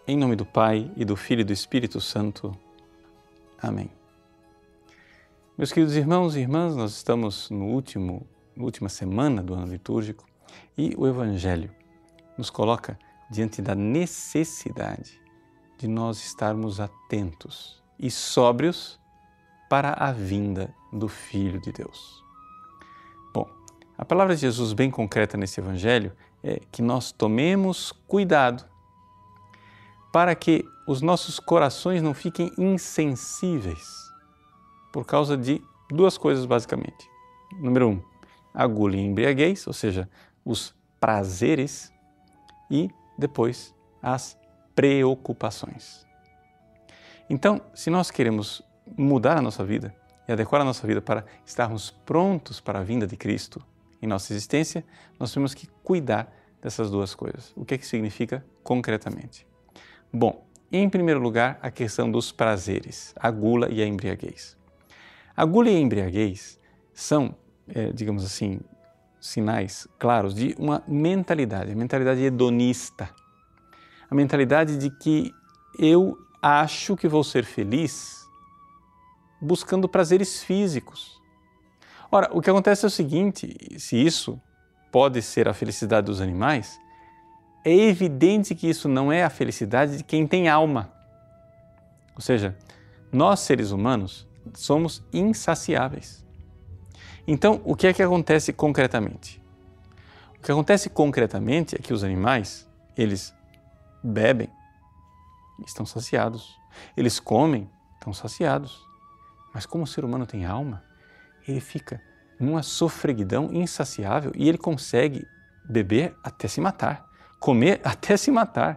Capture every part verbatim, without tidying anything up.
Em nome do Pai, e do Filho e do Espírito Santo. Amém. Meus queridos irmãos e irmãs, nós estamos no último, na última semana do ano litúrgico e o Evangelho nos coloca diante da necessidade de nós estarmos atentos e sóbrios para a vinda do Filho de Deus. Bom, a palavra de Jesus bem concreta nesse Evangelho é que nós tomemos cuidado para que os nossos corações não fiquem insensíveis por causa de duas coisas basicamente. Número um, a gula e a embriaguez, ou seja, os prazeres, e depois as preocupações. Então, se nós queremos mudar a nossa vida e adequar a nossa vida para estarmos prontos para a vinda de Cristo em nossa existência, nós temos que cuidar dessas duas coisas. O que é que significa concretamente? Bom, em primeiro lugar, a questão dos prazeres, a gula e a embriaguez. A gula e a embriaguez são, é, digamos assim, sinais claros de uma mentalidade, a mentalidade hedonista. A mentalidade de que eu acho que vou ser feliz buscando prazeres físicos. Ora, o que acontece é o seguinte, se isso pode ser a felicidade dos animais, é evidente que isso não é a felicidade de quem tem alma. Ou seja, nós seres humanos somos insaciáveis. Então, o que é que acontece concretamente? O que acontece concretamente é que os animais, eles bebem, estão saciados. Eles comem, estão saciados. Mas como o ser humano tem alma, ele fica numa sofreguidão insaciável e ele consegue beber até se matar. Comer até se matar.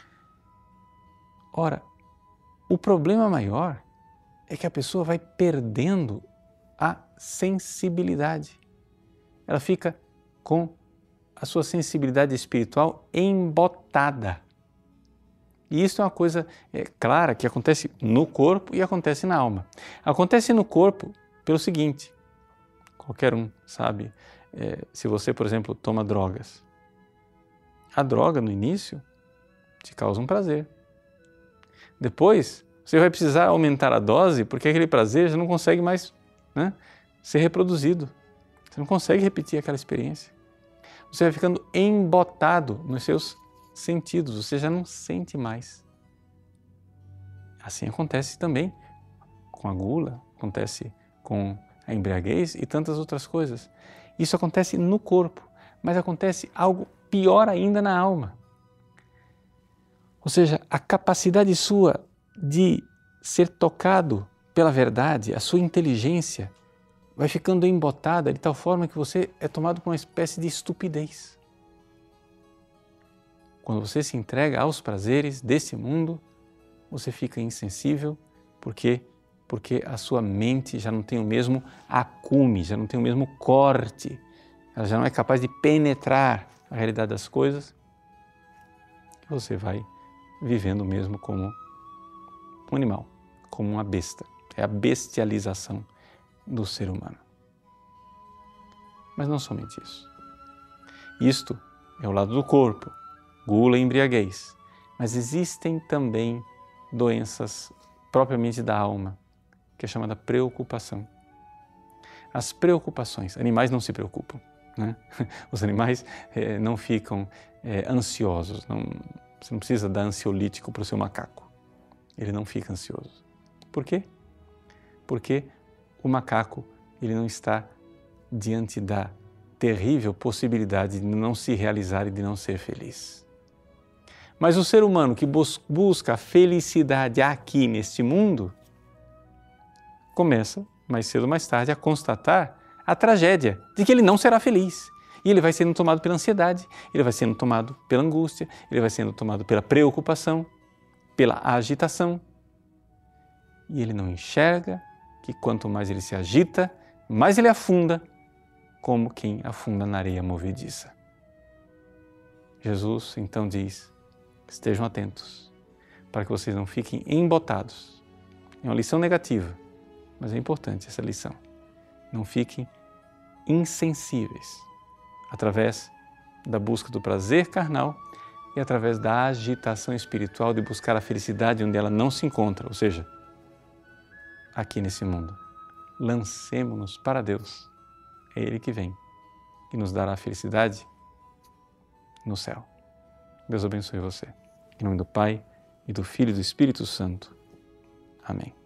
Ora, o problema maior é que a pessoa vai perdendo a sensibilidade. Ela fica com a sua sensibilidade espiritual embotada. E isso é uma coisa é, clara que acontece no corpo e acontece na alma. Acontece no corpo pelo seguinte, qualquer um sabe, é, se você, por exemplo, toma drogas, a droga, no início, te causa um prazer. Depois, você vai precisar aumentar a dose porque aquele prazer já não consegue mais, né, ser reproduzido. Você não consegue repetir aquela experiência. Você vai ficando embotado nos seus sentidos, você já não sente mais. Assim acontece também com a gula, acontece com a embriaguez e tantas outras coisas. Isso acontece no corpo, mas acontece algo pior ainda na alma. Ou seja, a capacidade sua de ser tocado pela verdade, a sua inteligência vai ficando embotada de tal forma que você é tomado por uma espécie de estupidez. Quando você se entrega aos prazeres desse mundo, você fica insensível, porque porque a sua mente já não tem o mesmo acume, já não tem o mesmo corte, ela já não é capaz de penetrar a realidade das coisas, e você vai vivendo mesmo como um animal, como uma besta. É a bestialização do ser humano. Mas não somente isso. Isto é o lado do corpo, gula e embriaguez. Mas existem também doenças propriamente da alma, que é chamada preocupação. As preocupações, animais não se preocupam, né? Os animais eh, não ficam eh, ansiosos, não, você não precisa dar ansiolítico para o seu macaco, ele não fica ansioso. Por quê? Porque o macaco ele não está diante da terrível possibilidade de não se realizar e de não ser feliz. Mas o ser humano que bus- busca a felicidade aqui neste mundo, começa, mais cedo ou mais tarde, a constatar a tragédia de que ele não será feliz. E ele vai sendo tomado pela ansiedade, ele vai sendo tomado pela angústia, ele vai sendo tomado pela preocupação, pela agitação. E ele não enxerga que quanto mais ele se agita, mais ele afunda, como quem afunda na areia movediça. Jesus então diz, estejam atentos, para que vocês não fiquem embotados. É uma lição negativa, mas é importante essa lição. Não fiquem insensíveis através da busca do prazer carnal, e através da agitação espiritual de buscar a felicidade onde ela não se encontra, ou seja, aqui nesse mundo. Lancemo-nos para Deus. É Ele que vem e nos dará a felicidade no céu. Deus abençoe você. Em nome do Pai, e do Filho e do Espírito Santo. Amém.